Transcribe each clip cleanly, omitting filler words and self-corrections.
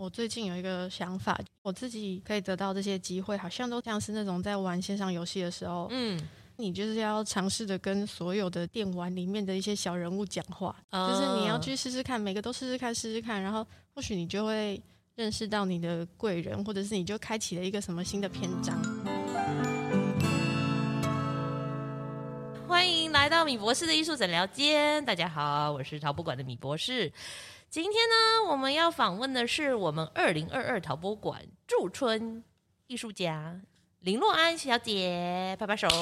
我最近有一个想法，我自己可以得到这些机会，好像都像是那种在玩线上游戏的时候，你就是要尝试着跟所有的电玩里面的一些小人物讲话，就是你要去试试看，每个都试试看，然后或许你就会认识到你的贵人，或者是你就开启了一个什么新的篇章。 欢迎来到米博士的艺术诊疗间，大家好，我是陶博馆的米博士。今天呢，我们要访问的是我们2022陶博馆驻村艺术家林若安小姐，拍拍手。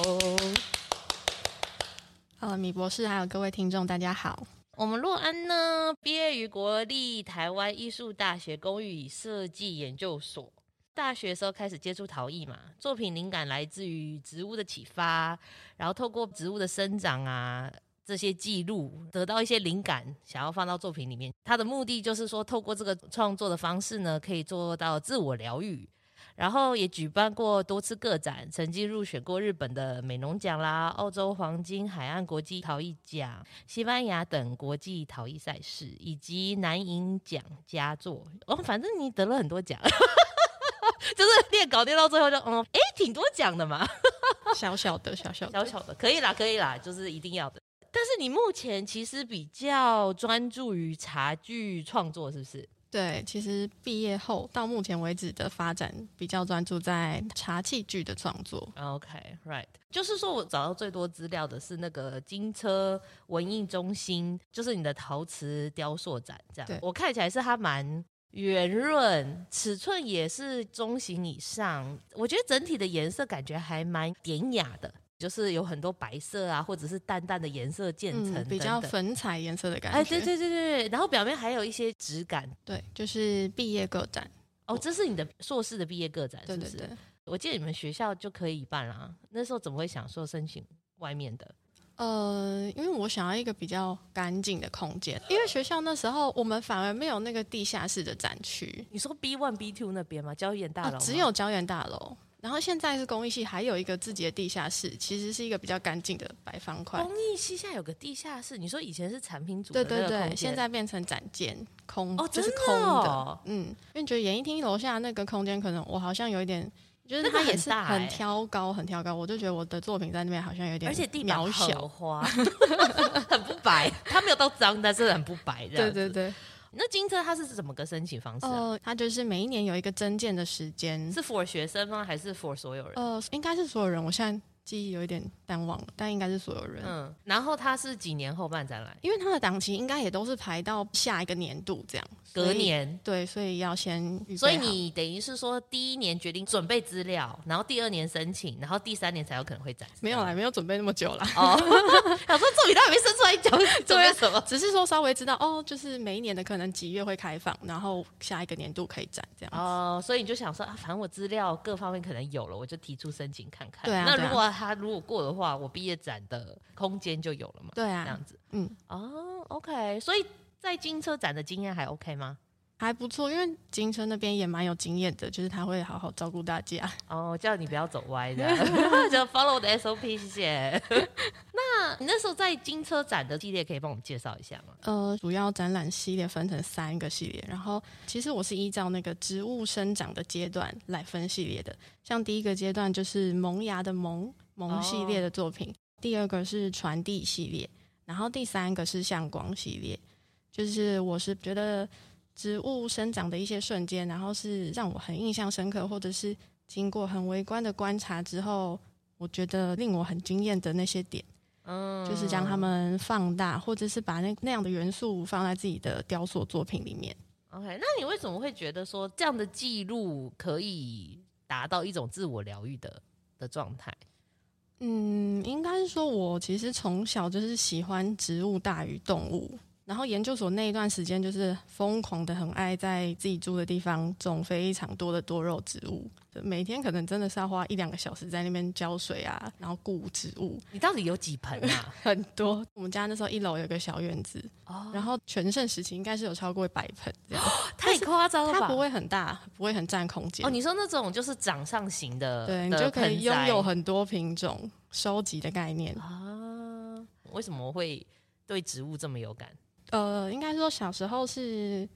米博士还有各位听众大家好。 我们若安呢，毕业于国立台湾艺术大学工艺与设计研究所。大学的时候开始接触陶艺嘛，作品灵感来自于植物的启发，然后透过植物的生长啊这些记录，得到一些灵感，想要放到作品里面。他的目的就是说，透过这个创作的方式呢，可以做到自我疗愈。然后也举办过多次个展，曾经入选过日本的美农奖啦、澳洲黄金海岸国际陶艺奖、西班牙等国际陶艺赛事，以及南影奖佳作。反正你得了很多奖。就是练稿练到最后就挺多奖的嘛。 小小的可以啦，就是一定要的。但是你目前其实比较专注于茶具创作，是不是？ 对，其实毕业后到目前为止的发展比较专注在茶器具的创作。 OK right， 就是说我找到最多资料的是那个金车文艺中心，就是你的陶瓷雕塑展这样。我看起来是它蛮圆润，尺寸也是中型以上，我觉得整体的颜色感觉还蛮典雅的，就是有很多白色啊，或者是淡淡的颜色渐层等等， 比较粉彩颜色的感觉。 对，然后表面还有一些质感。 对，就是毕业个展。 这是你的硕士的毕业个展，是不是？ 对， 我记得你们学校就可以办啦，那时候怎么会想说申请外面的？ 因为我想要一个比较干净的空间，因为学校那时候我们反而没有那个地下室的展区。 你说 B1、B2 那边吗？胶原大楼只有胶原大楼。然后现在是工艺系，还有一个自己的地下室，其实是一个比较干净的白方块。 工艺系现在有个地下室，你说以前是产品组的那个空间， 对，现在变成展间空， 就是空的。因为觉得演艺厅楼下那个空间，可能我好像有一点。就是它也是很挑高，我就觉得我的作品在那边好像有点而且地板渺小， 很花，很不白。它没有到脏，但是很不白这样子。对。那金车它是怎么个申请方式啊？ 它就是每一年有一个征件的时间， 是 for 学生吗？还是 for 所有人？ 应该是所有人。我现在记忆有一点淡忘了，但应该是所有人。 然后它是几年后办展览？ 因为它的档期应该也都是排到下一个年度这样， 隔年。 对，所以要先预备好。 所以你等于是说，第一年决定准备资料，然后第2年申请，然后第3年才有可能会展。 没有啦，没有准备那么久啦。 想说作品都还没生出来，准备什么？ 只是说稍微知道就是每一年的可能几月会开放，然后下一个年度可以展这样子。 所以你就想说反正我资料各方面可能有了，我就提出申请看看。 对啊。 那如果过的话，我毕业展的空间就有了嘛？ 对啊， 这样子。OK， 所以在金车展的经验还 OK 吗？ 还不错，因为金车那边也蛮有经验的，就是他会好好照顾大家。 叫你不要走歪的，就 follow 我的 SOP， 谢谢。那你那时候在金车展的系列可以帮我们介绍一下吗？ 主要展览系列分成3个系列，然后其实我是依照那个植物生长的阶段来分系列的。像第一个阶段就是萌芽的萌系列的作品，第2个是传递系列，然后第3个是向光系列。就是我是觉得植物生长的一些瞬间，然后是让我很印象深刻，或者是经过很微观的观察之后，我觉得令我很惊艳的那些点，就是将它们放大，或者是把那样的元素放在自己的雕塑作品里面。 OK， 那你为什么会觉得说这样的记录可以达到一种自我疗愈的状态？ 应该是说我其实从小就是喜欢植物大于动物。然后研究所那一段时间就是疯狂的很爱在自己住的地方种非常多的多肉植物，每天可能真的是要花1-2个小时在那边浇水啊，然后顾植物。 你到底有几盆啊？ 很多。我们家那时候1楼有个小院子，然后全盛时期应该是有超过100盆这样。 太夸张了吧？ 它不会很大，不会很占空间。 你说那种就是掌上型的， 对，你就可以拥有很多品种，收集的概念啊。为什么会对植物这么有感？ 应该说小时候是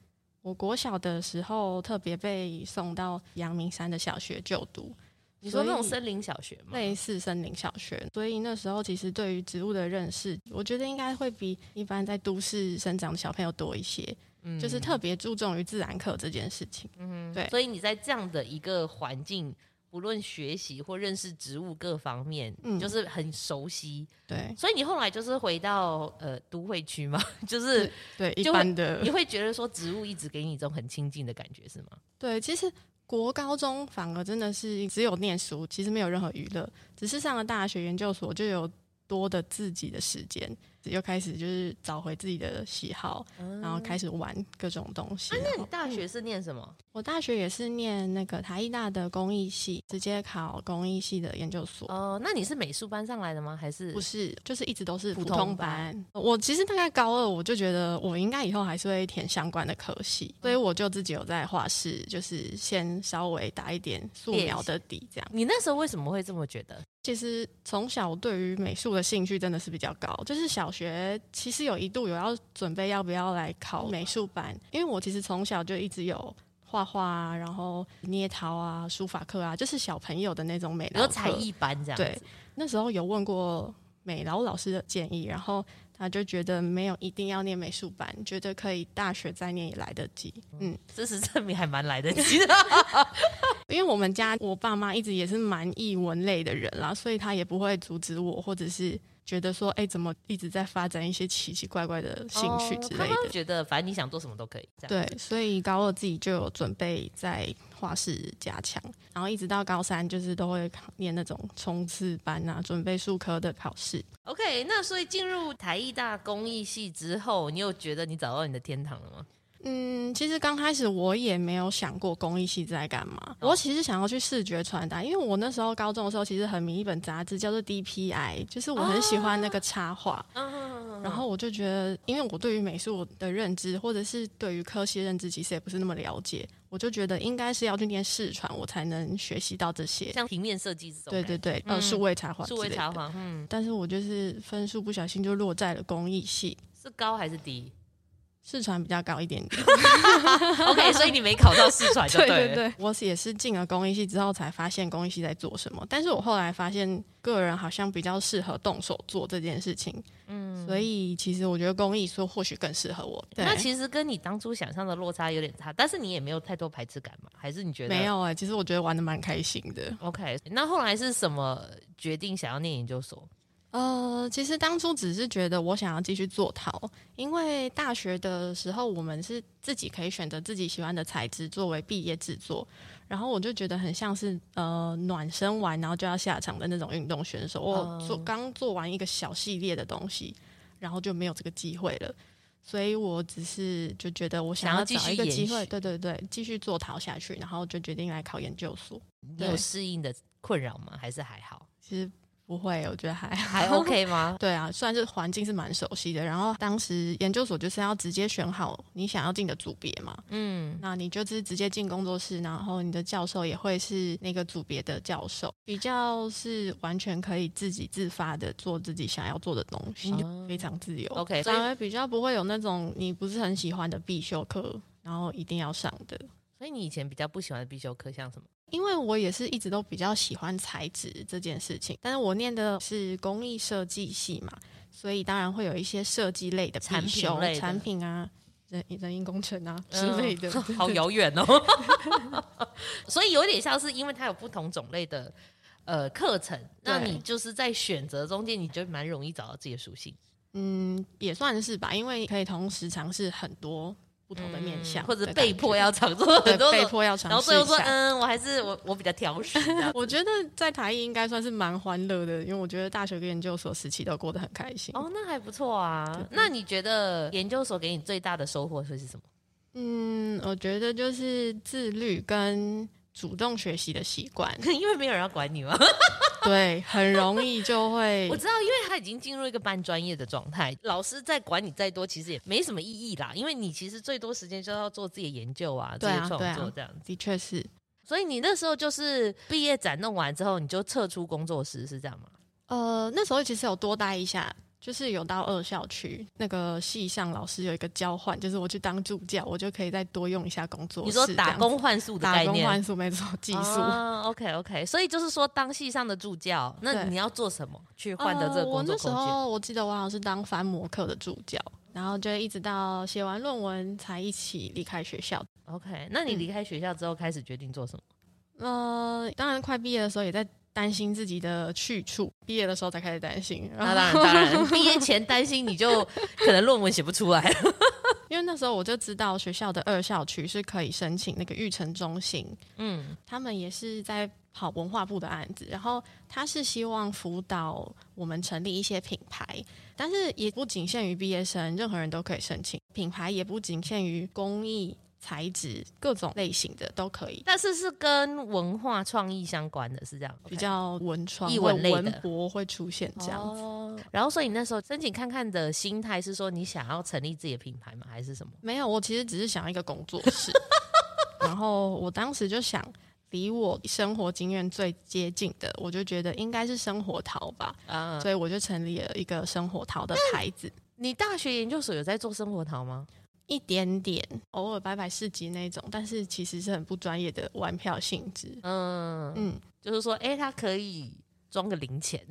我国小的时候特别被送到阳明山的小学就读。 你说那种森林小学吗？ 类似森林小学，所以那时候其实对于植物的认识，我觉得应该会比一般在都市生长的小朋友多一些。就是特别注重于自然课这件事情。对， 所以你在这样的一个环境，不论学习或认识植物各方面，就是很熟悉。 对， 所以你后来就是回到都会区嘛，就是对一般的， 你会觉得说植物一直给你一种很亲近的感觉是吗？ 对，其实国高中反而真的是只有念书，其实没有任何娱乐，只是上了大学研究所就有多的自己的时间，又开始就是找回自己的喜好，然后开始玩各种东西。 那你大学是念什么？ 我大学也是念那个台艺大的工艺系，直接考工艺系的研究所。 那你是美术班上来的吗？还是不是？就是一直都是普通通班。我其实大概高二我就觉得我应该以后还是会填相关的科系，所以我就自己有在画室，就是先稍微打一点素描的底这样。 你那时候为什么会这么觉得？ 其实从小对于美术的兴趣真的是比较高，就是小学其实有一度有要准备要不要来考美术班，因为我其实从小就一直有画画啊，然后捏陶啊、书法课啊，就是小朋友的那种美劳课， 有才艺班这样子。 对，那时候有问过美劳老师的建议，然后他就觉得没有一定要念美术班，觉得可以大学再念也来得及。 事实证明还蛮来得及的。 因为我们家我爸妈一直也是蛮艺文类的人啦，所以他也不会阻止我，或者是觉得说怎么一直在发展一些奇奇怪怪的兴趣之类的。 他觉得反正你想做什么都可以这样。 对，所以高二自己就有准备在画室加强，然后一直到高三就是都会念那种冲刺班啊，准备术科的考试。 OK， 那所以进入台艺大工艺系之后，你有觉得你找到你的天堂了吗？ 其实刚开始我也没有想过工艺系在干嘛，我其实想要去视觉传达，因为我那时候高中的时候其实很迷一本杂志叫做 DPI， 就是我很喜欢那个插画，然后我就觉得因为我对于美术的认知或者是对于科系的认知其实也不是那么了解，我就觉得应该是要去念视传我才能学习到这些， 像平面设计这种。 对对对，数位插画之类的， 数位插画。 但是我就是分数不小心就落在了工艺系。 是高还是低？ 视传比较高一点点。 OK， 所以你没考到视传就对了。 对对对，我也是进了工艺系之后才发现工艺系在做什么，但是我后来发现个人好像比较适合动手做这件事情，所以其实我觉得工艺说或许更适合我。 那其实跟你当初想象的落差有点差，但是你也没有太多排斥感嘛？还是你觉得没有其实我觉得玩得蛮开心的。 OK， 那后来是什么决定想要念研究所？ 其实当初只是觉得我想要继续做陶，因为大学的时候我们是自己可以选择自己喜欢的材质作为毕业制作，然后我就觉得很像是暖身完然后就要下场的那种运动选手。我刚做完一个小系列的东西，然后就没有这个机会了，所以我只是就觉得我想要找一个机会，对对对，继续做陶下去，然后就决定来考研究所。 你有适应的困扰吗？还是还好？ 其实不会，我觉得还 OK 吗？ 对啊，算是环境是蛮熟悉的。然后当时研究所就是要直接选好你想要进的组别嘛，那你就是直接进工作室，然后你的教授也会是那个组别的教授，比较是完全可以自己自发的做自己想要做的东西，非常自由。 OK， 反而比较不会有那种你不是很喜欢的必修课，然后一定要上的。 所以你以前比较不喜欢的必修课像什么？ 因为我也是一直都比较喜欢材质这件事情，但是我念的是工艺设计系嘛，所以当然会有一些设计类的必修，产品啊、人因工程啊之类的。 好遥远哦。所以有点像是因为它有不同种类的课程，那你就是在选择中间，你就蛮容易找到自己的属性。 也算是吧，因为可以同时尝试很多不同的面向， 或者被迫要尝试很多， 被迫要尝试， 然后最后说我还是我比较挑食。 我觉得在台艺应该算是蛮欢乐的，因为我觉得大学跟研究所时期都过得很开心。 那还不错啊。那你觉得研究所给你最大的收获会是什么？ 我觉得就是自律跟主动学习的习惯。 因为没有人要管你吗？ 对，很容易就会我知道，因为他已经进入一个半专业的状态，老师再管你再多其实也没什么意义啦，因为你其实最多时间就要做自己的研究啊，自己的创作这样子。 的确是。 所以你那时候就是毕业展弄完之后你就撤出工作室是这样吗？ 那时候其实有多待一下， 就是有到二校区，那个系上老师有一个交换，就是我去当助教，我就可以再多用一下工作室。 你说打工换宿的概念？ 打工换宿没错，技术。 OK， 所以就是说当系上的助教，那你要做什么去换得这个工作空间？ 我那时候我记得我好像是当翻模课的助教，然后就一直到写完论文才一起离开学校。 OK， 那你离开学校之后开始决定做什么？当然快毕业的时候也在担心自己的去处，毕业的时候才开始担心。 那当然，毕业前担心你就可能论文写不出来了。 因为那时候我就知道学校的二校区是可以申请那个育成中心，他们也是在跑文化部的案子，然后他是希望辅导我们成立一些品牌，但是也不仅限于毕业生，任何人都可以申请品牌，也不仅限于工艺材质，各种类型的都可以， 但是是跟文化创意相关的，是这样， 比较文创、 艺文类的文博会出现这样子。 然后，所以你那时候申请看看的心态是说，你想要成立自己的品牌吗？还是什么？ 没有，我其实只是想要一个工作室，然后我当时就想，离我生活经验最接近的，我就觉得应该是生活陶吧，所以我就成立了一个生活陶的牌子。 你大学研究所有在做生活陶吗？ 一点点，偶尔摆市集那种，但是其实是很不专业的玩票性质。 就是说，它可以装个零钱，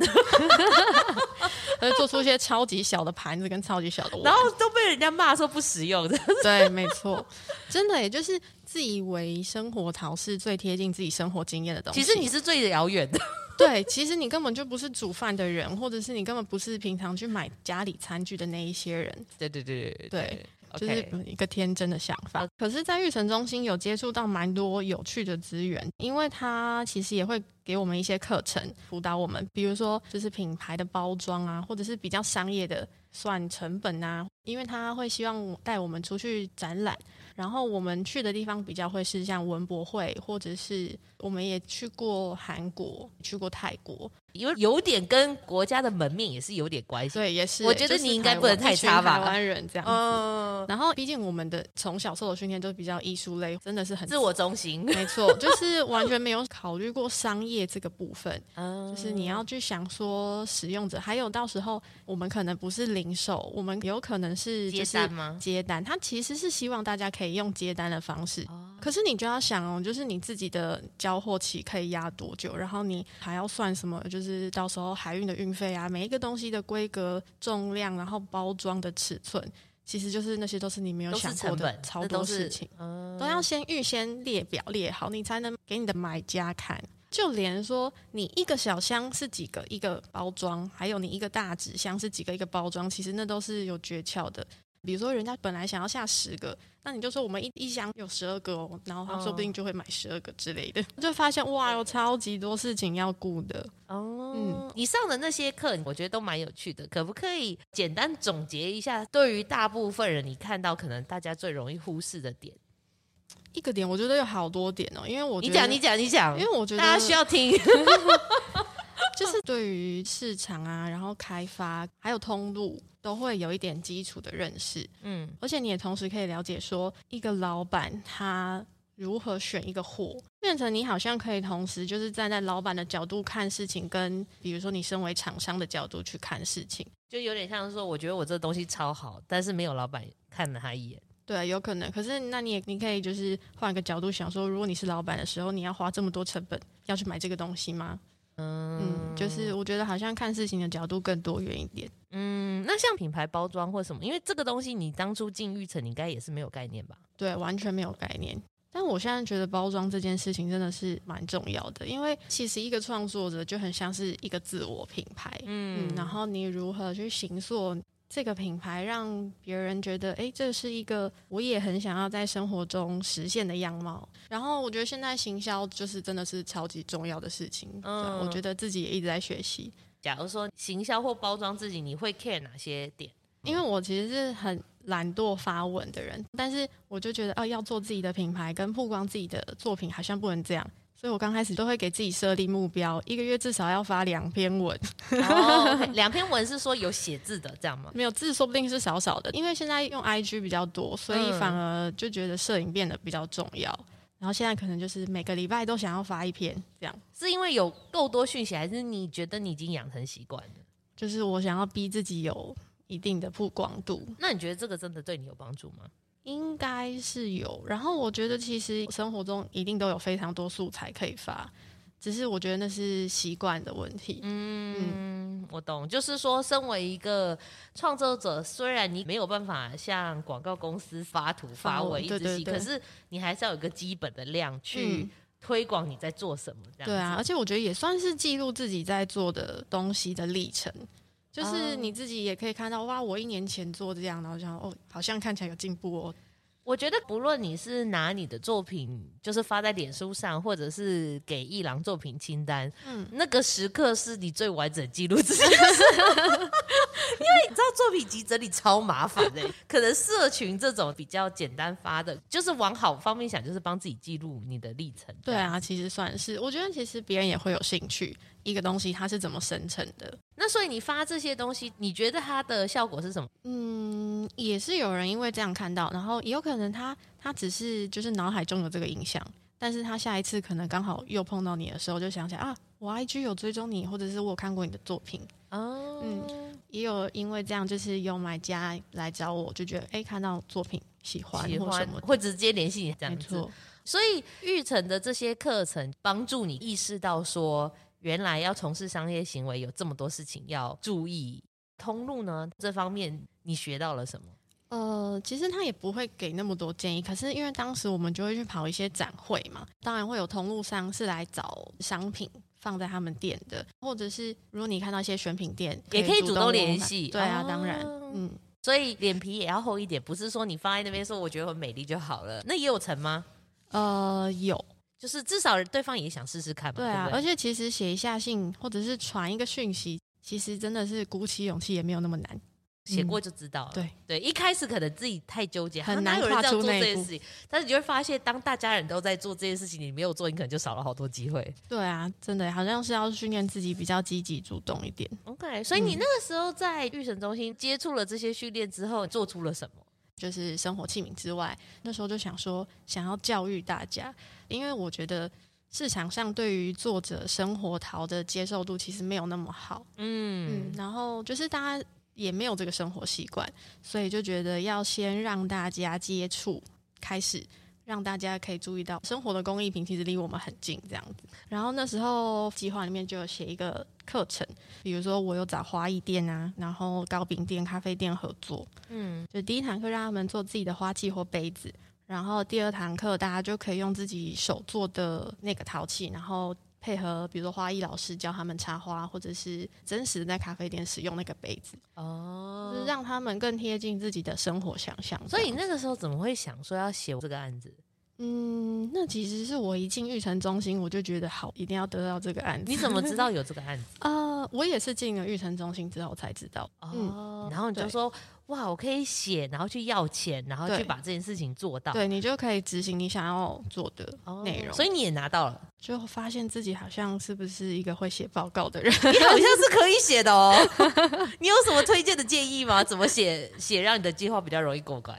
做出一些超级小的盘子跟超级小的碗， 然后都被人家骂说不实用的。 对，没错，真的也就是自以为生活陶是最贴近自己生活经验的东西。 其实你是最遥远的。 对，其实你根本就不是煮饭的人，或者是你根本不是平常去买家里餐具的那一些人。对。就是一个天真的想法。可是在育成中心有接触到蛮多有趣的资源，因为它其实也会给我们一些课程辅导我们，比如说就是品牌的包装啊，或者是比较商业的算成本啊，因为他会希望带我们出去展览，然后我们去的地方比较会是像文博会，或者是我们也去过韩国，去过泰国， 有点跟国家的门面也是有点关系。 对，也是。 我觉得你应该不能太差吧， 台湾人这样子。然后毕竟我们的从小受的训练都比较艺术类，真的是很自我中心。 没错，就是完全没有考虑过商业这个部分。就是你要去想说使用者，还有到时候我们可能不是零售，我们有可能是接单吗？ 接单，他其实是希望大家可以用接单的方式。可是你就要想哦，就是你自己的交货期可以压多久，然后你还要算什么，就是到时候海运的运费啊，每一个东西的规格、重量，然后包装的尺寸，其实就是那些都是你没有想过的超多事情，都要预先列表列好，你才能给你的买家看。就连说你一个小箱是几个一个包装，还有你一个大纸箱是几个一个包装，其实那都是有诀窍的。比如说人家本来想要下10个，那你就说我们一箱有12个哦，然后他说不定就会买12个之类的，就发现哇，有超级多事情要顾的。 你上的那些课我觉得都蛮有趣的，可不可以简单总结一下，对于大部分人你看到可能大家最容易忽视的点？ 一个点我觉得有好多点哦，因为我觉得你讲， 因为我觉得大家需要听。 就是对于市场啊，然后开发还有通路都会有一点基础的认识，而且你也同时可以了解说一个老板他如何选一个货，变成你好像可以同时就是站在老板的角度看事情，跟比如说你身为厂商的角度去看事情， 就有点像说我觉得我这东西超好，但是没有老板看了他一眼。 对，有可能。可是那你可以就是换一个角度想说，如果你是老板的时候，你要花这么多成本要去买这个东西吗？就是我觉得好像看事情的角度更多元一点。 那像品牌包装或什么，因为这个东西你当初进育成你应该也是没有概念吧？ 对，完全没有概念。但我现在觉得包装这件事情真的是蛮重要的，因为其实一个创作者就很像是一个自我品牌，然后你如何去形塑这个品牌，让别人觉得这是一个我也很想要在生活中实现的样貌。然后我觉得现在行销就是真的是超级重要的事情，我觉得自己也一直在学习。 假如说行销或包装自己，你会 care 哪些点？ 因为我其实是很懒惰发文的人，但是我就觉得要做自己的品牌跟曝光自己的作品好像不能这样，所以我刚开始都会给自己设立目标，一个月至少要发2篇文。 2篇文是说有写字的这样吗？ 没有字说不定是少少的，因为现在用 IG 比较多，所以反而就觉得摄影变得比较重要。然后现在可能就是每个礼拜都想要发1篇这样。 是因为有够多讯息，还是你觉得你已经养成习惯了？ 就是我想要逼自己有一定的曝光度。 那你觉得这个真的对你有帮助吗？ 应该是有，然后我觉得其实生活中一定都有非常多素材可以发，只是我觉得那是习惯的问题。 我懂，就是说身为一个创作者，虽然你没有办法像广告公司发图发文一直洗，可是你还是要有一个基本的量去推广你在做什么这样子。 对啊，而且我觉得也算是记录自己在做的东西的历程，就是你自己也可以看到，哇，我1年前做这样，然后想好像看起来有进步哦。 我觉得不论你是拿你的作品就是发在脸书上，或者是给艺廊作品清单，那个时刻是你最完整记录自己的时候因为你知道作品集整理超麻烦的，可能社群这种比较简单发的，就是往好方面想，就是帮自己记录你的历程。 对啊，其实算是，我觉得其实别人也会有兴趣一个东西它是怎么生成的。 那所以你发这些东西，你觉得它的效果是什么？ 也是有人因为这样看到，然后也有可能他只是就是脑海中有这个印象，但是他下一次可能刚好又碰到你的时候，就想起来啊，我 IG 有追踪你，或者是我有看过你的作品。也有因为这样，就是有买家来找我，就觉得看到作品喜欢或什么， 会直接联系你这样子。 没错。 所以育成的这些课程帮助你意识到说，原来要从事商业行为有这么多事情要注意。通路呢，这方面你学到了什么？ 其实他也不会给那么多建议，可是因为当时我们就会去跑一些展会嘛，当然会有通路商是来找商品放在他们店的，或者是如果你看到一些选品店， 也可以主动联系。 对啊，当然， 所以脸皮也要厚一点，不是说你放在那边说我觉得很美丽就好了。那也有成吗？ 有， 就是至少对方也想试试看嘛。 对啊， 对不对？ 而且其实写一下信或者是传一个讯息，其实真的是鼓起勇气也没有那么难。 写过就知道了。 对， 一开始可能自己太纠结， 很难有人这样做这跨出那一步件事情，但是你就会发现，当大家人都在做这件事情，你没有做，你可能就少了好多机会。 对啊，真的好像是要训练自己比较积极主动一点。 OK， 所以你那个时候在育成中心接触了这些训练之后，做出了什么？ 就是生活器皿之外，那时候就想说，想要教育大家，因为我觉得市场上对于作者生活陶的接受度其实没有那么好。然后就是大家也没有这个生活习惯，所以就觉得要先让大家接触，开始让大家可以注意到生活的工艺品其实离我们很近这样子。然后那时候计划里面就有写一个课程，比如说我有找花艺店啊，然后糕饼店、咖啡店合作。就第一堂课让他们做自己的花器或杯子，然后第2堂课大家就可以用自己手做的那个陶器，然后配合比如说花艺老师教他们插花，或者是真实的在咖啡店使用那个杯子，就是让他们更贴近自己的生活想象。 所以你那个时候怎么会想说要写这个案子？ 那其实是我一进育成中心，我就觉得好，一定要得到这个案子。 你怎么知道有这个案子？ 我也是进了育成中心之后才知道。 然后你就说哇，我可以写，然后去要钱，然后去把这件事情做到。 对，你就可以执行你想要做的内容。 所以你也拿到了， 就发现自己好像是不是一个会写报告的人？ 你好像是可以写的哦。你有什么推荐的建议吗？怎么写让你的计划比较容易过关？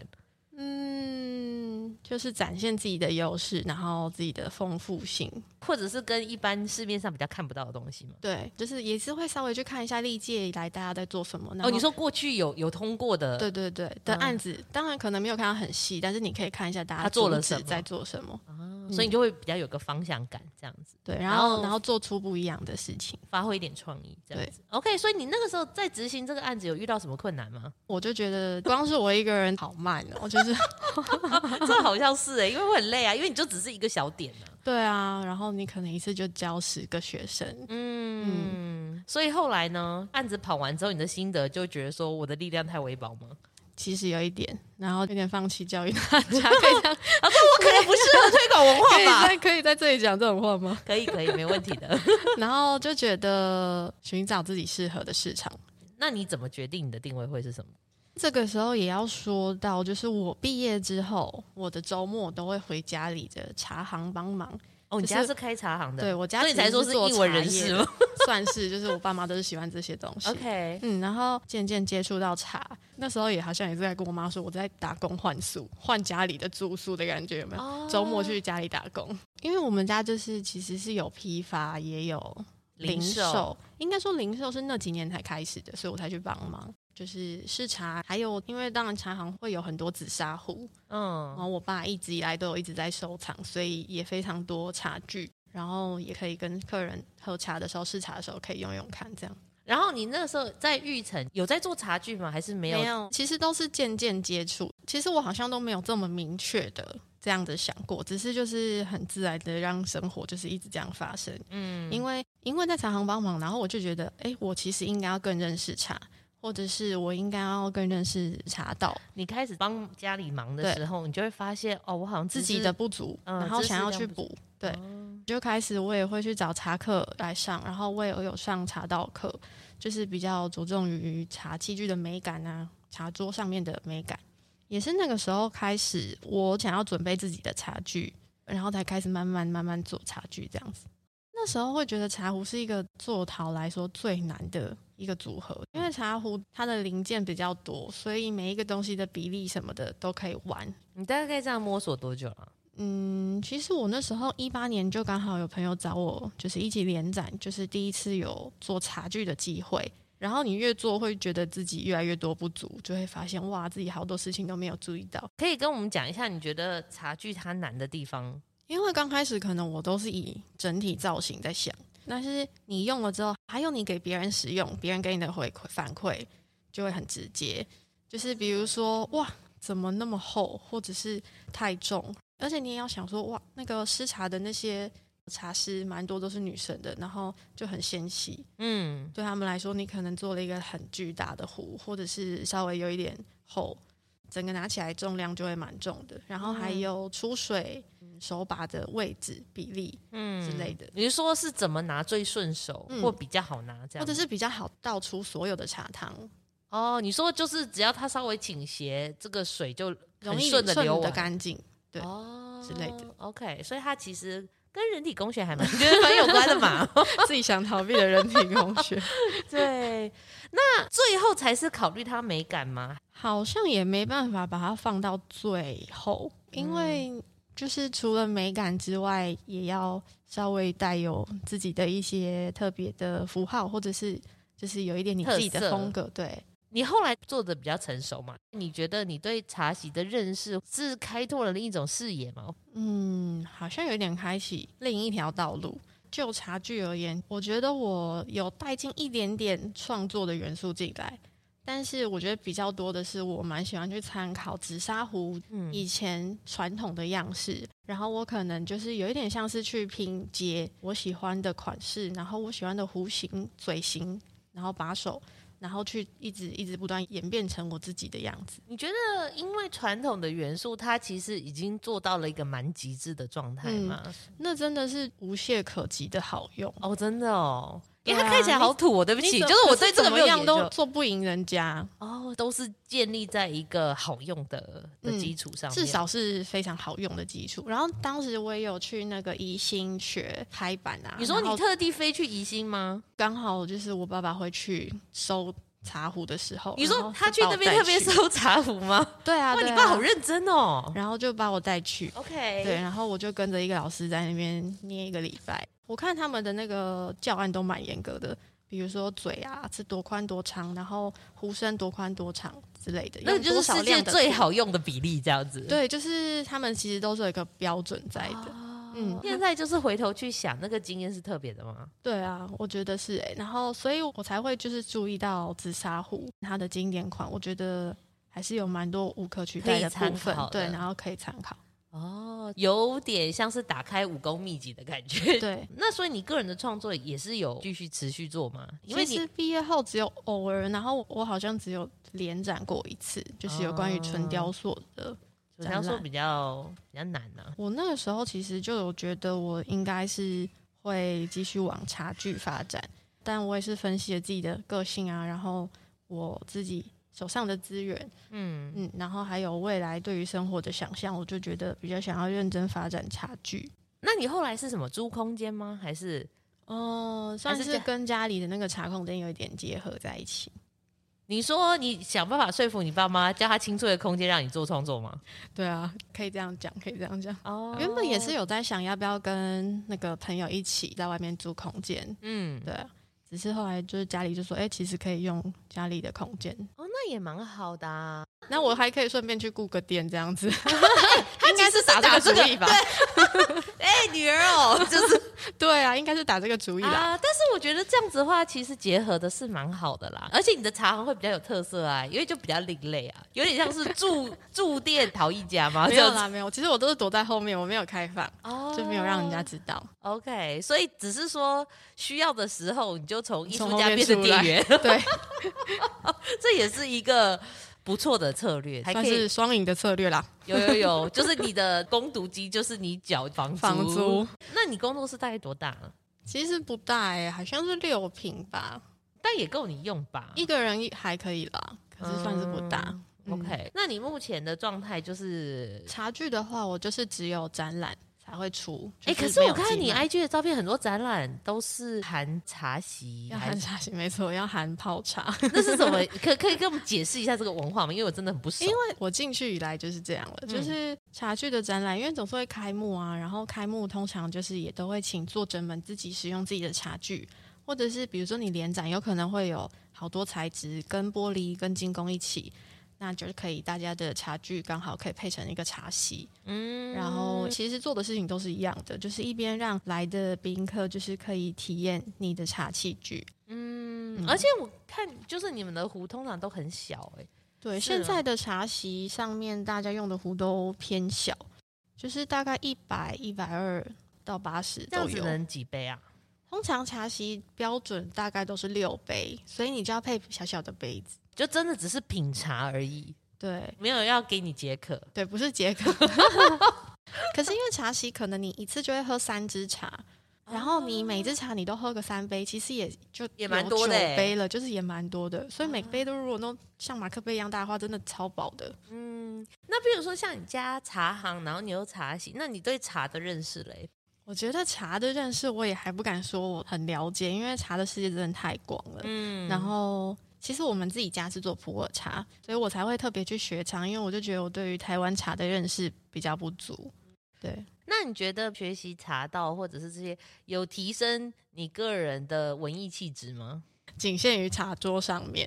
就是展现自己的优势，然后自己的丰富性， 或者是跟一般市面上比较看不到的东西嘛。 对，就是也是会稍微去看一下历届以来大家在做什么。 你说过去有通过的， 对的案子，当然可能没有看到很细，但是你可以看一下大家做了什么， 在做什么。 所以你就会比较有个方向感，这样子。 对，然后做出不一样的事情， 发挥一点创意，这样子。OK， 所以你那个时候在执行这个案子有遇到什么困难吗？ 我就觉得光是我一个人好慢哦，就是这好像是因为会很累啊，因为你就只是一个小点啊。 对啊，然后你可能一次就教10个学生。 所以后来呢，案子跑完之后，你的心得就觉得说我的力量太微薄吗？ 其实有一点，然后有点放弃教育大家。可以这样他说我可能不适合推广文化吧？ 可以在这里讲这种话吗？ 可以，没问题的。 然后就觉得寻找自己适合的市场。 那你怎么决定你的定位会是什么？ 这个时候也要说到，就是我毕业之后，我的周末都会回家里的茶行帮忙。 你家是开茶行的？ 对，我家所以你才说是艺文人士吗？ 算是，就是我爸妈都是喜欢这些东西。 OK， 然后渐渐接触到茶，那时候也好像也是在跟我妈说，我在打工换宿，换家里的住宿的感觉，有没有？周末去家里打工，因为我们家就是其实是有批发，也有零售，应该说零售是那几年才开始的，所以我才去帮忙。就是试茶，还有因为当然茶行会有很多紫砂壶，然后我爸一直以来都有一直在收藏，所以也非常多茶具，然后也可以跟客人喝茶的时候试茶的时候可以用用看这样。 然后你那时候在玉成有在做茶具吗？还是没有？ 没有，其实都是渐渐接触。其实我好像都没有这么明确的这样子想过，只是就是很自然的让生活就是一直这样发生。因为在茶行帮忙，然后我就觉得，我其实应该要更认识茶，或者是我应该要更认识茶道。 你开始帮家里忙的时候，你就会发现我好像自己的不足，然后想要去补。对，就开始我也会去找茶课来上，然后我也有上茶道课，就是比较着重于茶器具的美感啊，茶桌上面的美感。也是那个时候开始，我想要准备自己的茶具，然后才开始慢慢做茶具这样子。那时候会觉得茶壶是一个做陶来说最难的一个组合，因为茶壶它的零件比较多，所以每一个东西的比例什么的都可以玩。 你大概这样摸索多久了？ 其实我那时候18年就刚好有朋友找我，就是一起联展，就是第一次有做茶具的机会。然后你越做会觉得自己越来越多不足，就会发现哇，自己好多事情都没有注意到。 可以跟我们讲一下你觉得茶具它难的地方？ 因为刚开始可能我都是以整体造型在想，但是你用了之后，还有你给别人使用，别人给你的反馈就会很直接。就是比如说哇，怎么那么厚，或者是太重，而且你也要想说哇，那个施茶的那些茶师蛮多都是女生的，然后就很纤细，对他们来说你可能做了一个很巨大的壶，或者是稍微有一点厚，整个拿起来重量就会蛮重的，然后还有出水手把的位置比例之类的。 你是说是怎么拿最顺手，或比较好拿这样， 或者是比较好倒出所有的茶汤？ 你说就是只要它稍微倾斜，这个水就容易顺的流完干净，对，之类的。 OK， 所以它其实跟人体工学还蛮有关的嘛。 自己想逃避的人体工学。 对，那最后才是考虑它美感吗？ 好像也没办法把它放到最后，因为就是除了美感之外，也要稍微带有自己的一些特别的符号，或者是就是有一点你自己的风格。对， 你后来做的比较成熟嘛？你觉得你对茶席的认识是开拓了另一种视野吗？ 好像有点开启另一条道路。就茶具而言，我觉得我有带进一点点创作的元素进来，但是我觉得比较多的是我蛮喜欢去参考紫砂壶以前传统的样式，然后我可能就是有一点像是去拼接我喜欢的款式，然后我喜欢的壶型、嘴型，然后把手，然后去一直不断演变成我自己的样子。 你觉得因为传统的元素它其实已经做到了一个蛮极致的状态吗？ 那真的是无懈可击的好用真的因为它看起来好土对不起，就是我对这个没有研究， 都做不赢人家都是建立在一个好用的基础上面， 至少是非常好用的基础。然后当时我也有去那个宜兴学拍板啊。 你说你特地飞去宜兴吗？ 刚好就是我爸爸会去收茶壶的时候。 你说他去那边特别收茶壶吗？ 对啊， 哇，你爸好认真哦。 然后就把我带去 OK， 对，然后我就跟着一个老师在那边捏一个礼拜。我看他们的那个教案都蛮严格的，比如说嘴啊是多宽多长，然后壶身多宽多长之类的， 那就是世界最好用的比例这样子。 对，就是他们其实都是有一个标准在的。 现在就是回头去想，那个经验是特别的吗？ 对啊，我觉得是然后所以我才会就是注意到紫砂壶它的经典款，我觉得还是有蛮多无可取代的部分，对，然后可以参考。 有点像是打开武功秘籍的感觉。 对， 那所以你个人的创作也是有继续持续做吗？因为其实毕业后只有偶尔，然后我好像只有联展过一次，就是有关于纯雕塑的。 纯雕塑比较难啊。 我那个时候其实就有觉得我应该是会继续往茶具发展，但我也是分析了自己的个性啊，然后我自己手上的资源，然后还有未来对于生活的想象，我就觉得比较想要认真发展茶具。 那你后来是什么租空间吗？还是算是跟家里的那个茶空间有一点结合在一起。 你说你想办法说服你爸妈，叫他清脆的空间让你做创作吗？ 对啊，可以这样讲，可以这样讲。 哦， 原本也是有在想要不要跟那个朋友一起在外面租空间，对啊，只是后来就是家里就说，其实可以用家里的空间。 哦，那也蛮好的啊。 那我还可以顺便去顾个店这样子。 他应该是打这个主意吧？ 女儿哦，就是对啊，应该是打这个主意啦。 但是我觉得这样子的话，其实结合的是蛮好的啦。而且你的茶行会比较有特色啊，因为就比较另类啊，有点像是驻店陶艺家吗？ 没有啦，没有。其实我都是躲在后面，我没有开放，就没有让人家知道。 OK， 所以只是说需要的时候，你就从艺术家变成店员。 对， 这也是一个不错的策略，还算是双赢的策略啦。 有，就是你的工读机就是你缴房租。那你工作室大概多大呢？ 其实不大好像是6坪吧， 但也够你用吧？ 一个人还可以啦，可是算是不大。 OK，那你目前的状态就是茶具的话，我就是只有展览才会出。 可是我看你 IG 的照片，很多展览都是含茶席， 要含茶席，没错，要含泡茶。 那是什么？可以跟我们解释一下这个文化吗？因为我真的很不熟。 因为我进去以来就是这样了，就是茶具的展览，因为总是会开幕啊，然后开幕通常就是也都会请作者们自己使用自己的茶具，或者是比如说你联展，有可能会有好多材质，跟玻璃、跟精工一起。那就是可以，大家的茶具刚好可以配成一个茶席，然后其实做的事情都是一样的，就是一边让来的宾客就是可以体验你的茶器具， 而且我看就是你们的壶通常都很小对，现在的茶席上面大家用的壶都偏小，就是大概100、120到80都有。 这样子能几杯啊？ 通常茶席标准大概都是6杯，所以你就要配小小的杯子。 就真的只是品茶而已， 对， 没有要给你解渴， 对，不是解渴。可是因为茶席可能你一次就会喝3支茶，然后你每支茶你都喝个3杯，其实也蛮多的 9杯了，就是也蛮多的。所以每杯都如果都像马克杯一样大的话，真的超饱的。 那比如说像你家茶行，然后你有茶席，那你对茶的认识嘞？ 我觉得茶的认识我也还不敢说我很了解，因为茶的世界真的太广了。然后其实我们自己家是做普洱茶，所以我才会特别去学茶，因为我就觉得我对于台湾茶的认识比较不足。对， 那你觉得学习茶道或者是这些有提升你个人的文艺气质吗？ 仅限于茶桌上面。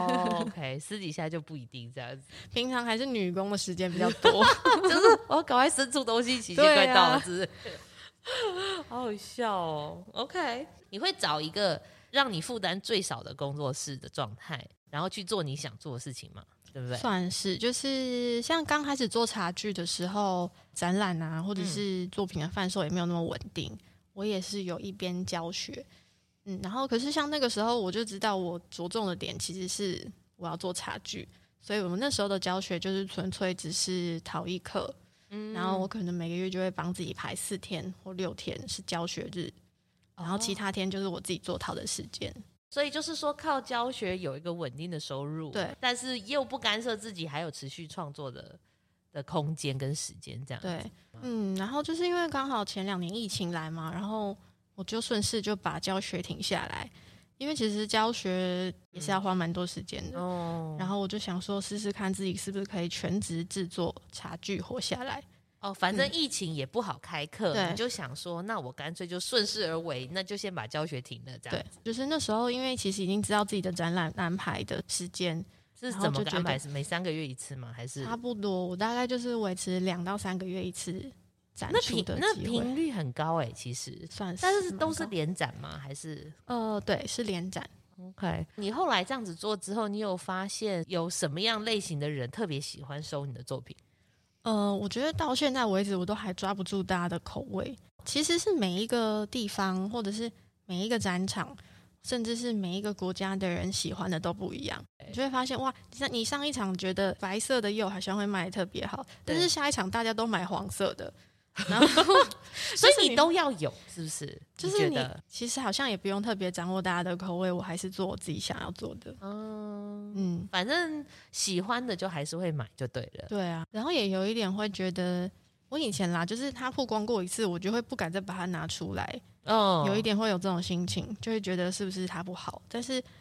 OK， 私底下就不一定这样子。 平常还是女工的时间比较多， 就是我赶快生出东西，期限快到了，是不是？好好笑哦。OK， 你会找一个让你负担最少的工作室的状态，然后去做你想做的事情嘛，对不对？ 算是，就是像刚开始做茶具的时候，展览啊，或者是作品的贩售也没有那么稳定，我也是有一边教学，然后可是像那个时候我就知道我着重的点其实是我要做茶具，所以我们那时候的教学就是纯粹只是陶艺课，然后我可能每个月就会帮自己排4天或6天是教学日，然后其他天就是我自己做陶的时间。 所以就是说靠教学有一个稳定的收入， 对， 但是又不干涉自己还有持续创作的空间跟时间这样子。 对，然后就是因为刚好前2年疫情来嘛，然后我就顺势就把教学停下来，因为其实教学也是要花蛮多时间的，然后我就想说试试看自己是不是可以全职制作茶具活下来。 反正疫情也不好开课，你就想说那我干脆就顺势而为，那就先把教学停了这样子。 对，就是那时候因为其实已经知道自己的展览安排的时间是怎么个安排，是每3个月一次吗？还是差不多我大概就是维持2到3个月一次展出的机会。 那频率很高其实算是， 但是都是联展吗？还是对，是联展。 OK， 你后来这样子做之后，你有发现有什么样类型的人特别喜欢收你的作品？ 我觉得到现在为止，我都还抓不住大家的口味。其实是每一个地方，或者是每一个展场，甚至是每一个国家的人喜欢的都不一样。你就会发现，哇，你上一场觉得白色的釉好像会卖得特别好，但是下一场大家都买黄色的。然后所以你都要有，是不是？ 就是你其实好像也不用特别掌握大家的口味，我还是做我自己想要做的。 反正喜欢的就还是会买就对了。 对啊，然后也有一点会觉得，我以前啦，就是他曝光过一次，我就会不敢再把它拿出来。有一点会有这种心情，就会觉得是不是它不好。但是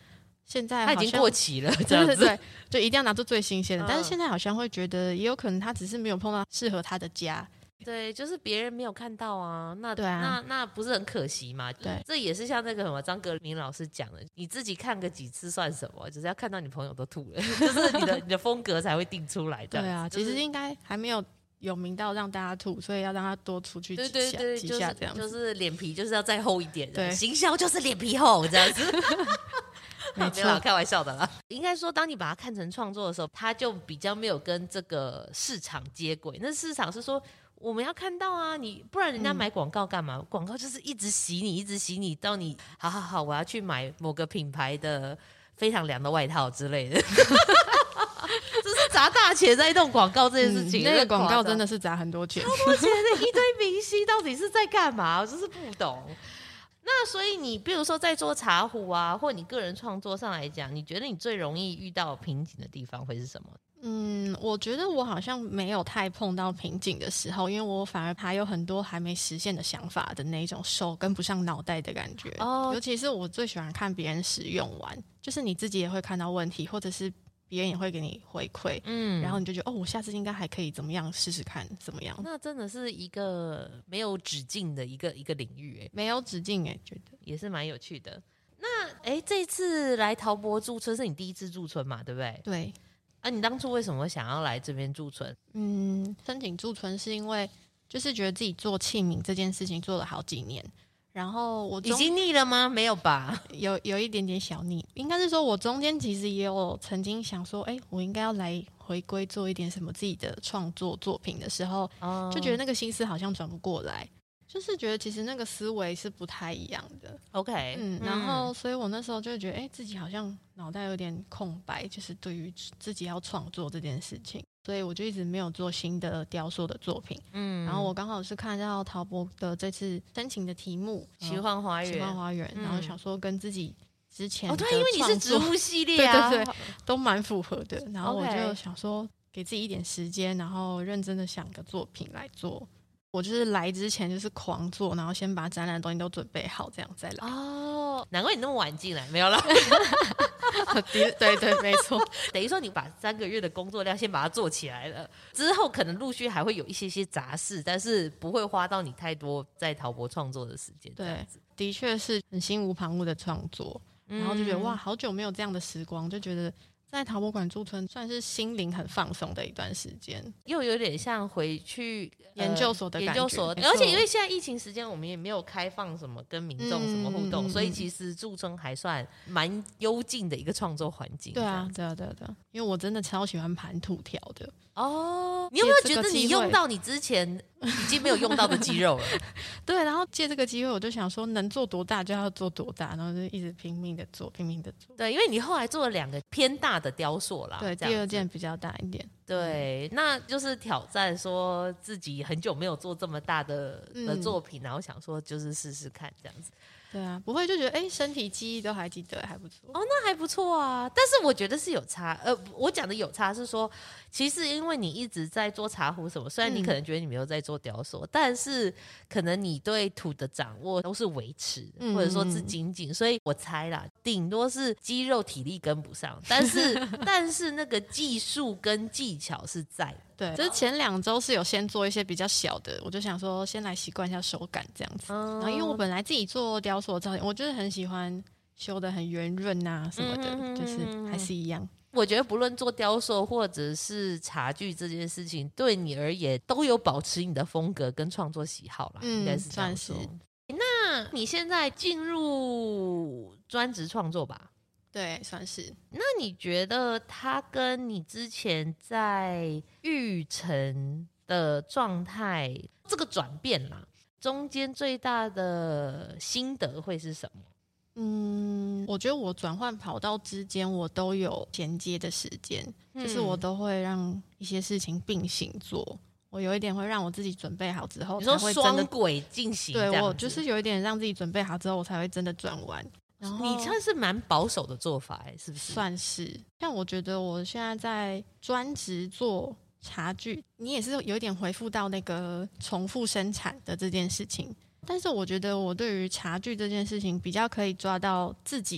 现在它已经过期了，这样子。 对对对，就一定要拿出最新鲜的。但是嗯现在好像会觉得，也有可能他只是没有碰到适合他的家。 对，就是别人没有看到啊，那对啊那不是很可惜吗？ 对这也是像那个什么张格明老师讲的，你自己看个几次算什么？只是要看到你朋友都吐了，就是你的风格才会定出来。这样对啊， 就是其实应该还没有名到让大家吐，所以要让他多出去对几下对对， 几下这样子。 就是脸皮就是要再厚一点的， 对行销就是脸皮厚这样子。 没没有啦， 错， 开玩笑的啦。应该说，当你把它看成创作的时候，它就比较没有跟这个市场接轨。那市场是说，我们要看到啊，你不然人家买广告干嘛？广告就是一直洗你，一直洗你，到你好好好，我要去买某个品牌的非常凉的外套之类的。这是砸大钱在弄广告这件事情， 那个广告真的的是砸很多钱。 多钱的一堆明星到底是在干嘛？我真是不懂。那所以你比如说在做茶壶啊，或你个人创作上来讲，你觉得你最容易遇到瓶颈的地方会是什么？ 我觉得我好像没有太碰到瓶颈的时候，因为我反而还有很多还没实现的想法的那种手跟不上脑袋的感觉。尤其是我最喜欢看别人使用完，就是你自己也会看到问题，或者是别人也会给你回馈，然后你就觉得我下次应该还可以怎么样试试看怎么样。 那真的是一个没有止境的一个领域， 没有止境觉得也是蛮有趣的。那这次来陶博驻村是你第一次驻村嘛，对不对？ 对。 啊，你当初为什么想要来这边驻村？ 申请驻村是因为就是觉得自己做器皿这件事情做了好几年，然后我已经腻了吗？没有吧？ 有一点点小腻，应该是说我中间其实也有曾经想说，我应该要来回归做一点什么自己的创作作品的时候，就觉得那个心思好像转不过来。就是觉得其实那个思维是不太一样的 ，OK， 然后所以我那时候就觉得，自己好像脑袋有点空白，就是对于自己要创作这件事情，所以我就一直没有做新的雕塑的作品。然后我刚好是看到陶博的这次申请的题目 《奇幻花园》， 奇幻花园，然后想说跟自己之前的对，因为你是植物系列啊，对对对，都蛮符合的。然后我 OK 就想说，给自己一点时间，然后认真的想个作品来做。我就是来之前就是狂做，然后先把展览的东西都准备好，这样再来。 难怪你那么晚进来，没有啦。 对对，没错。 等于说你把3个月的工作量先把它做起来了，之后可能陆续还会有一些杂事，但是不会花到你太多在陶博创作的时间。 对，的确是很心无旁骛的创作，然后就觉得哇，好久没有这样的时光，就觉得在陶博馆驻村算是心灵很放松的一段时间， 又有点像回去研究所的感觉。 研究所，而且因为现在疫情时间，我们也没有开放什么跟民众什么互动，所以其实驻村还算蛮幽静的一个创作环境。 对啊，对啊，对啊，对啊，因为我真的超喜欢盘土条的。 你有没有觉得你用到你之前已经没有用到的肌肉了？ 对，然后借这个机会，我就想说能做多大就要做多大，然后就一直拼命的做，拼命的做。 对，因为你后来做了2个偏大的雕塑啦， 对，第2件比较大一点。 对，那就是挑战说自己很久没有做这么大的作品，然后想说就是试试看这样子。 对啊，不会就觉得身体记忆都还记得，还不错。 那还不错啊。但是我觉得是有差，我讲的有差是说，其实因为你一直在做茶壶什么，虽然你可能觉得你没有在做雕塑，但是可能你对土的掌握都是维持的，或者说是精进，所以我猜啦，顶多是肌肉体力跟不上，但是那个技术跟技巧是在的。 对，就是前2周是有先做一些比较小的，我就想说先来习惯一下手感这样子。然后因为我本来自己做雕塑的造型，我就是很喜欢修得很圆润啊什么的，就是还是一样。 我觉得不论做雕塑或者是茶具这件事情，对你而言都有保持你的风格跟创作喜好啦，应该是这样说。那你现在进入专职创作吧？ 对，算是。 那你觉得它跟你之前在育成的状态这个转变啦，中间最大的心得会是什么？ 我觉得我转换跑道之间，我都有衔接的时间，就是我都会让一些事情并行做。我有一点会让我自己准备好之后， 你说双轨进行， 对，我就是有一点让自己准备好之后，我才会真的转弯。 你算是蛮保守的做法，是不是？ 算是。像我觉得我现在在专职做茶具，你也是有一点回复到那个重复生产的这件事情。但是我觉得我对于茶具这件事情比较可以抓到自己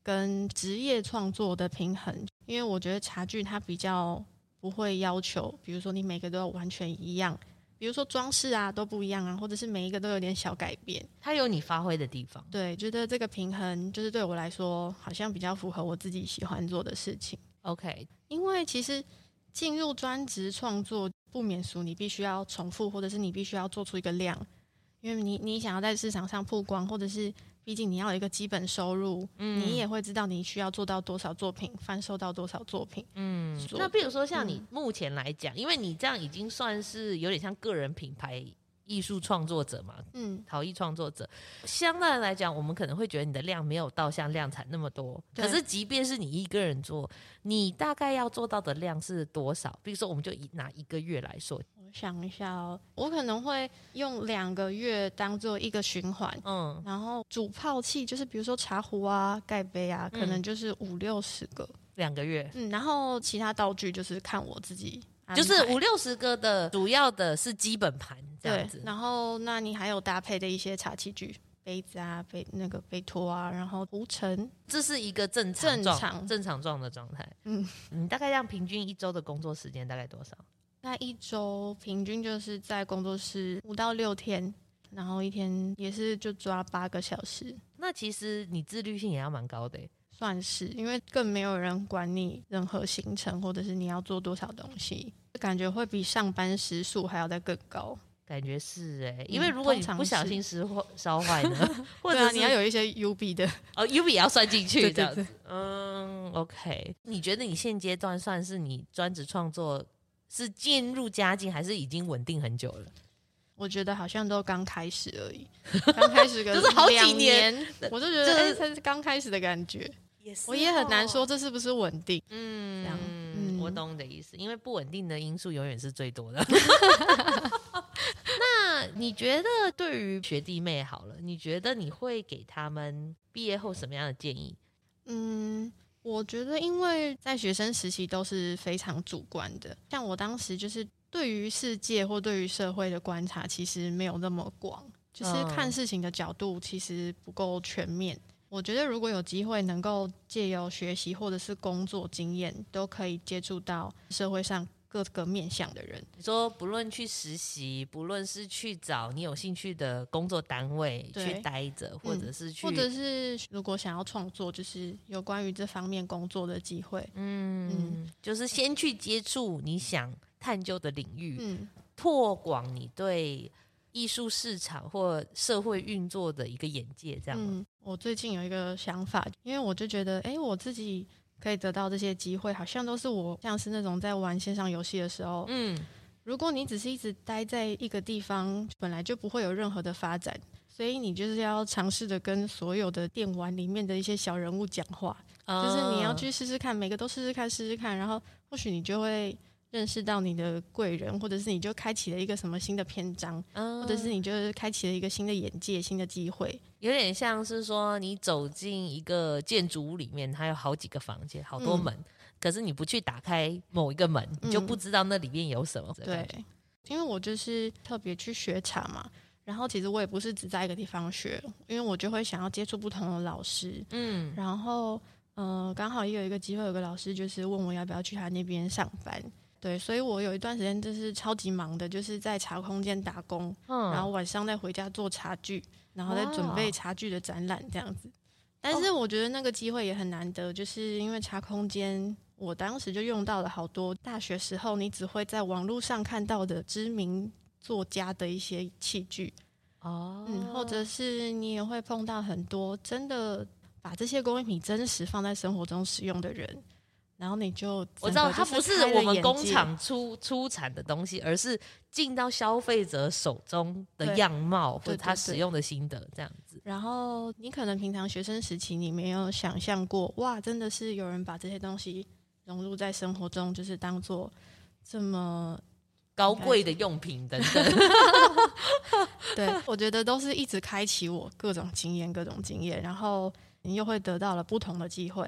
跟职业创作的平衡。因为我觉得茶具它比较不会要求，比如说你每个都要完全一样，比如说装饰啊都不一样啊，或者是每一个都有点小改变， 它有你发挥的地方。 对，觉得这个平衡就是对我来说好像比较符合我自己喜欢做的事情。 OK， 因为其实进入专职创作不免俗，你必须要重复，或者是你必须要做出一个量，因为你想要在市场上曝光，或者是毕竟你要有一个基本收入，你也会知道你需要做到多少作品，贩售到多少作品。 那比如说像你目前来讲，因为你这样已经算是有点像个人品牌艺术创作者嘛，陶艺创作者，相对来讲我们可能会觉得你的量没有到像量产那么多，可是即便是你一个人做，你大概要做到的量是多少？比如说我们就拿1个月来说， 我想一下哦，我可能会用2个月当做一个循环，然后煮泡器就是比如说茶壶啊盖杯啊，可能就是50-60个 2个月， 然后其他道具就是看我自己安排， 就是50-60个的主要的是基本盘这样子， 然后那你还有搭配的一些茶器具，杯子啊杯托啊，然后壶盛， 这是一个正常状的状态。你大概这样平均1周的工作时间大概多少？ 那1周平均就是在工作室5到6天，然后一天也是就抓8个小时。 那其实你自律性也要蛮高的耶。 算是，因为更没有人管你任何行程，或者是你要做多少东西，感觉会比上班时数还要再更高。 感觉是因为如果你不小心烧坏呢，或者对啊，你要有一些 UB 的 UB 也要算进去这样子。 对 OK， 你觉得你现阶段算是你专职创作是渐入佳境，还是已经稳定很久了？ 我觉得好像都刚开始而已，刚开始个就是好几 2 年， 我就觉得才是刚开始的感觉。我也很难说这是不是稳定。这样我懂你的意思，因为不稳定的因素永远是最多的。那你觉得对于学弟妹好了，你觉得你会给他们毕业后什么样的建议？ 我觉得因为在学生时期都是非常主观的，像我当时就是对于世界或对于社会的观察其实没有那么广，就是看事情的角度其实不够全面。我觉得如果有机会能够借由学习或者是工作经验，都可以接触到社会上各个面向的人。 你说不论去实习，不论是去找你有兴趣的工作单位去待着，或者是如果想要创作，就是有关于这方面工作的机会。 就是先去接触你想探究的领域，拓广你对艺术市场或社会运作的一个眼界，这样吗？ 我最近有一个想法，因为我就觉得我自己可以得到这些机会，好像都是我像是那种在玩线上游戏的时候，如果你只是一直待在一个地方，本来就不会有任何的发展，所以你就是要尝试的跟所有的电玩里面的一些小人物讲话，就是你要去试试看，每个都试试看，然后或许你就会认识到你的贵人，或者是你就开启了一个什么新的篇章，或者是你就是开启了一个新的眼界、新的机会。 有点像是说你走进一个建筑物里面，它有好几个房间，好多门，可是你不去打开某一个门，你就不知道那里面有什么。 对，因为我就是特别去学茶嘛，然后其实我也不是只在一个地方学，因为我就会想要接触不同的老师，然后刚好也有一个机会，有个老师就是问我要不要去他那边上班。对，所以我有一段时间就是超级忙的，就是在茶空间打工，然后晚上再回家做茶具，然后再准备茶具的展览这样子。但是我觉得那个机会也很难得，就是因为茶空间我当时就用到了好多大学时候你只会在网络上看到的知名作家的一些器具，或者是你也会碰到很多真的把这些工艺品真实放在生活中使用的人，然后你就我知道它不是我们工厂出产的东西，而是进到消费者手中的样貌，或者他使用的心得这样子。 然后你可能平常学生时期你没有想象过，哇，真的是有人把这些东西融入在生活中，就是当做这么高贵的用品等等。 对，我觉得都是一直开启我各种经验，然后你又会得到了不同的机会。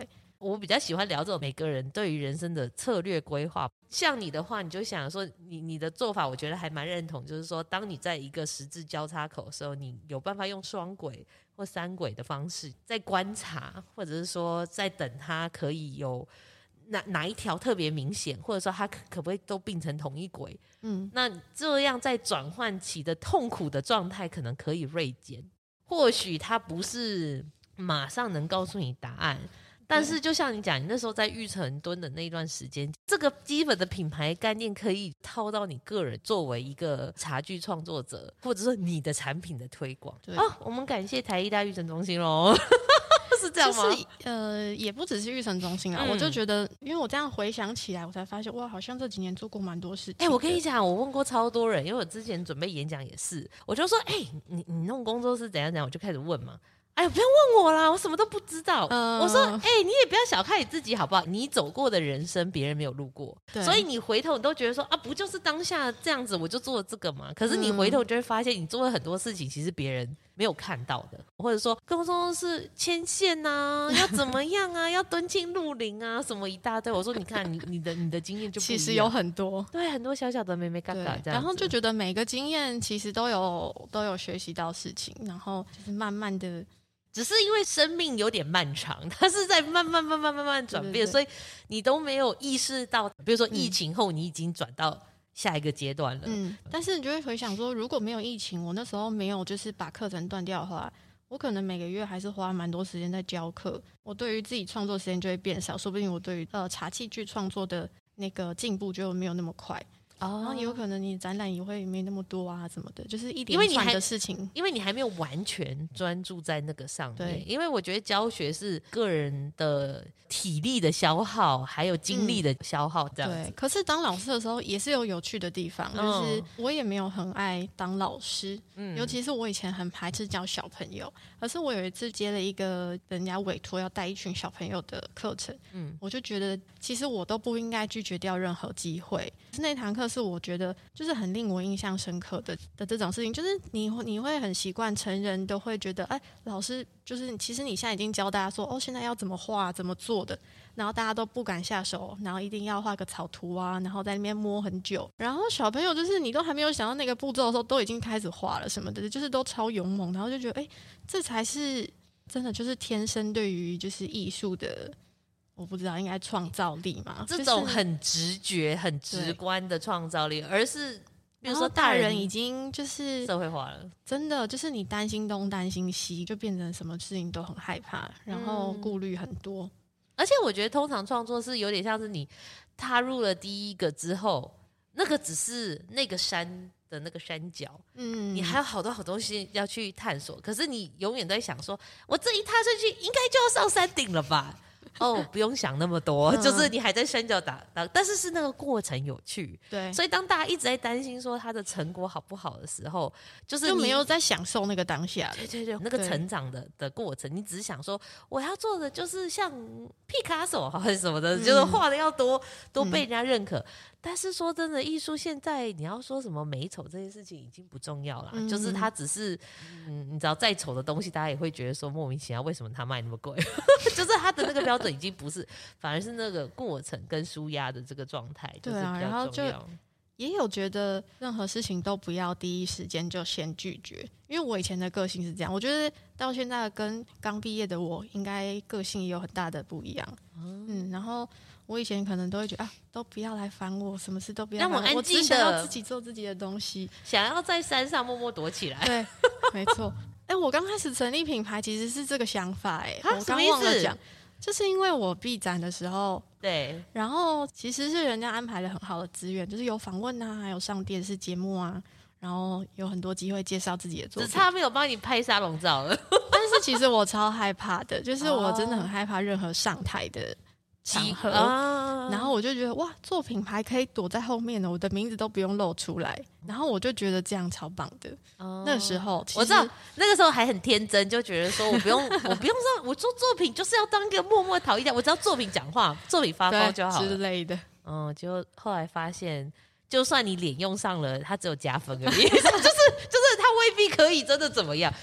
我比较喜欢聊这种每个人对于人生的策略规划。像你的话，你就想说你的做法我觉得还蛮认同，就是说当你在一个十字交叉口的时候，你有办法用双轨或三轨的方式在观察，或者是说在等它可以有哪一条特别明显，或者说它可不可以都并成同一轨，那这样在转换期的痛苦的状态可能可以锐减。或许它不是马上能告诉你答案，但是就像你讲，你那时候在玉成蹲的那段时间，这个基本的品牌概念可以套到你个人作为一个茶具创作者，或者说你的产品的推广。我们感谢台艺大育成中心咯是这样吗？ 就是也不只是育成中心啊，我就觉得，因为我这样回想起来，我才发现哇，好像这几年做过蛮多事情。 我跟你讲，我问过超多人，因为我之前准备演讲也是，我就说，你弄工作室怎样怎样，我就开始问嘛。不要问我啦，我什么都不知道。我说，你也不要小看你自己好不好？你走过的人生，别人没有路过，所以你回头你都觉得说不就是当下这样子，我就做了这个嘛。可是你回头就会发现，你做了很多事情，其实别人没有看到的，或者说工作室牵线啊，要怎么样啊，要敦亲睦邻啊，什么一大堆。我说，你看你的经验就不一样， 其实有很多， 对，很多小小的妹妹嘎嘎这样。 然后就觉得每个经验其实都有学习到事情，然后就是慢慢的。 只是因为生命有点漫长，它是在慢慢转变，所以你都没有意识到，比如说疫情后你已经转到下一个阶段了。 但是你就会回想说，如果没有疫情，我那时候没有就是把课程断掉的话，我可能每个月还是花蛮多时间在教课，我对于自己创作时间就会变少，说不定我对于茶器具创作的那个进步就没有那么快。然后有可能你展览也会没那么多啊什么的，就是一连串的事情， 因为你还没有完全专注在那个上面。对，因为我觉得教学是个人的体力的消耗还有精力的消耗这样子。 对，可是当老师的时候也是有趣的地方，就是我也没有很爱当老师，尤其是我以前很排斥教小朋友，可是我有一次接了一个人家委托要带一群小朋友的课程，我就觉得其实我都不应该拒绝掉任何机会。那堂课是我觉得就是很令我印象深刻的这种事情，就是你会很习惯成人都会觉得老师就是其实你现在已经教大家说现在要怎么画怎么做的，然后大家都不敢下手，然后一定要画个草图啊，然后在那边摸很久，然后小朋友就是你都还没有想到那个步骤的时候都已经开始画了什么的，就是都超勇猛，然后就觉得这才是真的就是天生对于就是艺术的，我不知道应该创造力嘛， 这种很直觉很直观的创造力，而是比如说大人已经就是社会化了， 真的就是你担心东担心西，就变成什么事情都很害怕，然后顾虑很多。 而且我觉得通常创作是有点像是你踏入了第一个之后，那个只是那个山的那个山脚，你还有好多好东西要去探索，可是你永远在想说我这一踏上去应该就要上山顶了吧不用想那么多，就是你还在山脚打，但是那个过程有趣。 对， 所以当大家一直在担心说他的成果好不好的时候，就没有在享受那个当下。 对，那个成长的过程，你只是想说我要做的就是像毕卡索还是什么的，就是画的要多被人家认可。但是说真的，艺术现在你要说什么美丑这件事情已经不重要了，就是它只是你知道再丑的东西大家也会觉得说莫名其妙为什么它卖那么贵就是它的那个标准已经不是，反而是那个过程跟抒压的这个状态就是比较重要。 然后就也有觉得任何事情都不要第一时间就先拒绝，因为我以前的个性是这样，我觉得到现在跟刚毕业的我应该个性也有很大的不一样。然后我以前可能都会觉得都不要来烦我，什么事都不要烦我，我只想要自己做自己的东西， 想要在山上默默躲起来。 对，没错。我刚开始成立品牌其实是这个想法。我刚忘了讲，就是因为我毕展的时候， 对， 然后其实是人家安排了很好的资源，就是有访问啊，还有上电视节目啊，然后有很多机会介绍自己的作品， 只差没有帮你拍沙龙照了。 但是其实我超害怕的，就是我真的很害怕任何上台的场合，然后我就觉得哇，做品牌可以躲在后面的，我的名字都不用露出来，然后我就觉得这样超棒的。那时候我知道，那个时候还很天真，就觉得说我不用让我做作品就是要当一个默默讨厌，我只要作品讲话、作品发光就好了之类的。 就后来发现，就算你脸用上了，它只有加分而已，就是它未必可以真的怎么样。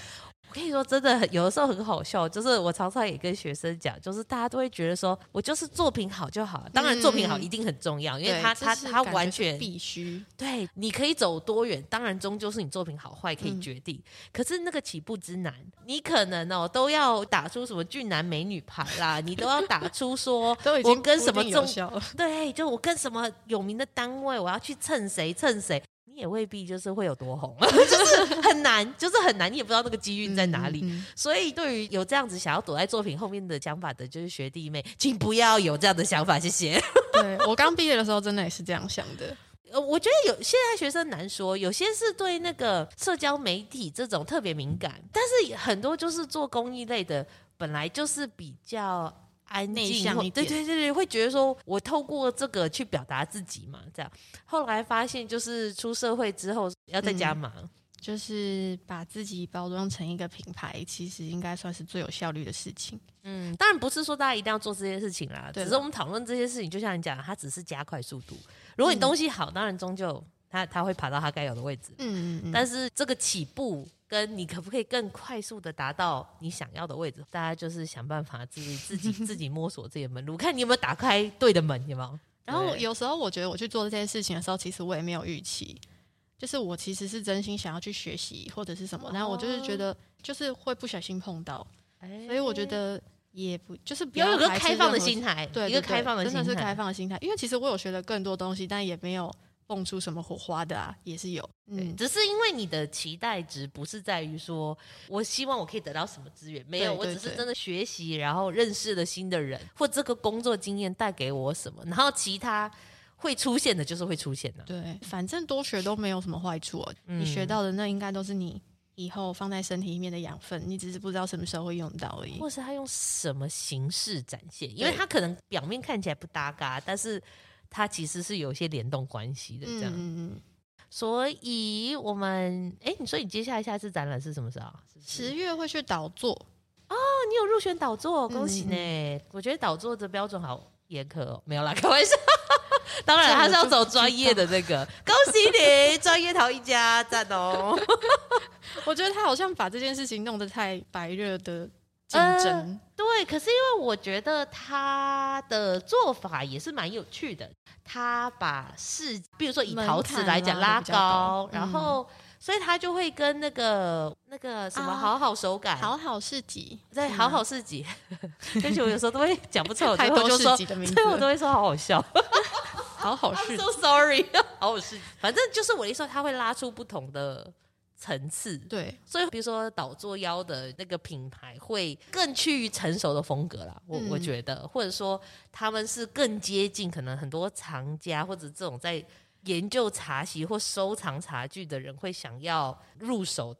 我跟你说，真的有的时候很好笑，就是我常常也跟学生讲，就是大家都会觉得说我就是作品好就好，当然作品好一定很重要，因为他完全必须， 对，你可以走多远，当然终究是你作品好坏可以决定，可是那个起步之难，你可能都要打出什么俊男美女牌啦，你都要打出说我跟什么对，就我跟什么有名的单位，我要去蹭谁，你也未必就是会有多红，就是很难，你也不知道那个机遇在哪里。所以对于有这样子想要躲在作品后面的想法的，就是学弟妹，请不要有这样的想法，谢谢。 对，我刚毕业的时候真的也是这样想的。 我觉得现在学生难说，有些是对那个社交媒体这种特别敏感，但是很多就是做公益类的，本来就是比较安静内向一点， 对，会觉得说我透过这个去表达自己嘛，这样。后来发现就是出社会之后要在家忙， 就是把自己包装成一个品牌，其实应该算是最有效率的事情。 当然不是说大家一定要做这些事情啦，只是我们讨论这些事情，就像你讲，它只是加快速度。如果你东西好，当然终究它会爬到它该有的位置。但是这个起步跟你可不可以更快速的达到你想要的位置，大家就是想办法自己摸索自己的门路，看你有没有打开对的门，有没有？ 然后有时候我觉得我去做这件事情的时候，其实我也没有预期，就是我其实是真心想要去学习或者是什么，然后我就是觉得就是会不小心碰到，所以我觉得也不就是不要有一个开放的心态， 对， 一个开放的心态， 真的是开放的心态。因为其实我有学了更多东西，但也没有蹦出什么火花的啊，也是有。 只是因为你的期待值不是在于说我希望我可以得到什么资源，没有，我只是真的学习，然后认识了新的人，或这个工作经验带给我什么，然后其他会出现的就是会出现的。 对，反正多学都没有什么坏处哦。你学到的那应该都是你以后放在身体里面的养分，你只是不知道什么时候会用到而已， 或是他用什么形式展现，因为他可能表面看起来不搭嘎，但是它其实是有一些联动关系的，这样。所以我们你说你接下来下一次展览是什么时候 ？10月会去导座哦，你有入选导座，恭喜呢！我觉得导座的标准好严苛哦，没有啦，开玩笑。当然他是要走专业的那个，恭喜你，专业陶艺家，赞哦。 我觉得他好像把这件事情弄得太白热的竞争， 对，可是因为我觉得他的做法也是蛮有趣的，他把比如说以陶瓷来讲拉高，然后所以他就会跟那个什么好好手感、 好好市集， 对，好好市集，而且我有时候都会讲不出来， 太多市集的名字， 所以我都会说好好笑。 好好市集 ，I'm so sorry， 好好市集，反正就是我一说，他会拉出不同的层次， 对， 所以比如说导座腰的那个品牌会更趋于成熟的风格啦，我觉得，或者说他们是更接近可能很多藏家或者这种在研究茶席或收藏茶具的人会想要入手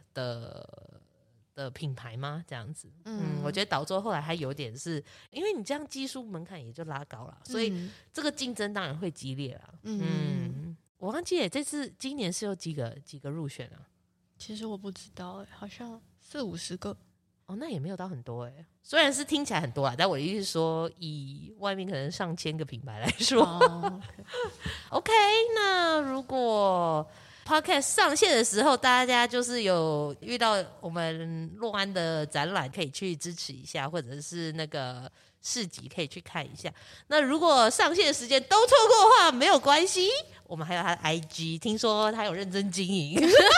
的品牌吗？这样子，我觉得导座后来还有点是因为你这样技术门槛也就拉高了，所以这个竞争当然会激烈啦。我忘记了今年是有几个入选啊？ 其实我不知道好像40-50个哦，那也没有到很多虽然是听起来很多啦，但我的意思是说，以外面可能上千个品牌来说，OK。那如果 Podcast 上线的时候，大家就是有遇到我们洛安的展览，可以去支持一下，或者是那个市集可以去看一下。那如果上线的时间都错过的话，没有关系，我们还有他的 IG， 听说他有认真经营。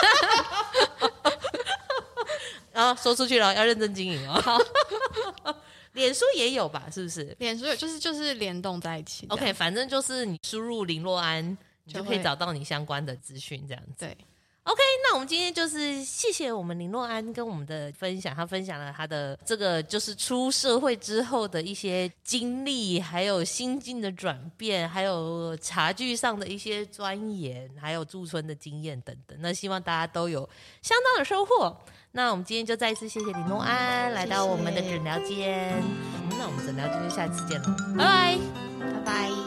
然后说出去了，要认真经营哦。好，脸书也有吧？是不是？ 脸书就是联动在一起。 OK， 反正就是你输入林洛安，你就可以找到你相关的资讯，这样子。 对。 OK， 那我们今天就是谢谢我们林洛安跟我们的分享，他分享了他的这个就是出社会之后的一些经历，还有心境的转变，还有茶具上的一些钻研，还有驻村的经验等等。那希望大家都有相当的收获。那我们今天就再一次谢谢林洛安来到我们的诊疗间。那我们诊疗间就下次见了，拜拜， 拜拜。